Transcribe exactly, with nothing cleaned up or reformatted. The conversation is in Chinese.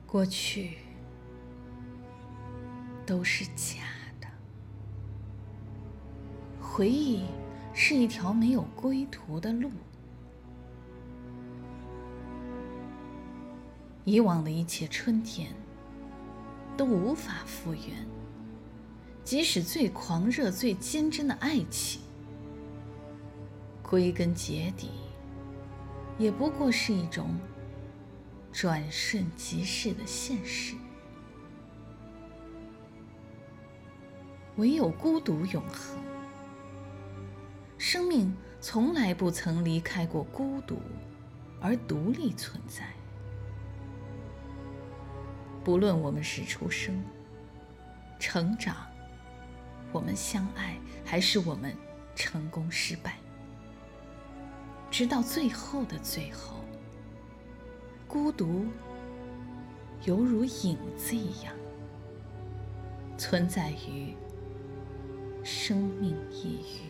过去都是假的，回忆是一条没有归途的路。以往的一切春天都无法复原，即使最狂热、最坚贞的爱情，归根结底也不过是一种转瞬即逝的现实。唯有孤独永恒，生命从来不曾离开过孤独而独立存在。不论我们是出生、成长，我们相爱，还是我们成功失败，直到最后的最后，孤独犹如影子一样存在于生命一隅。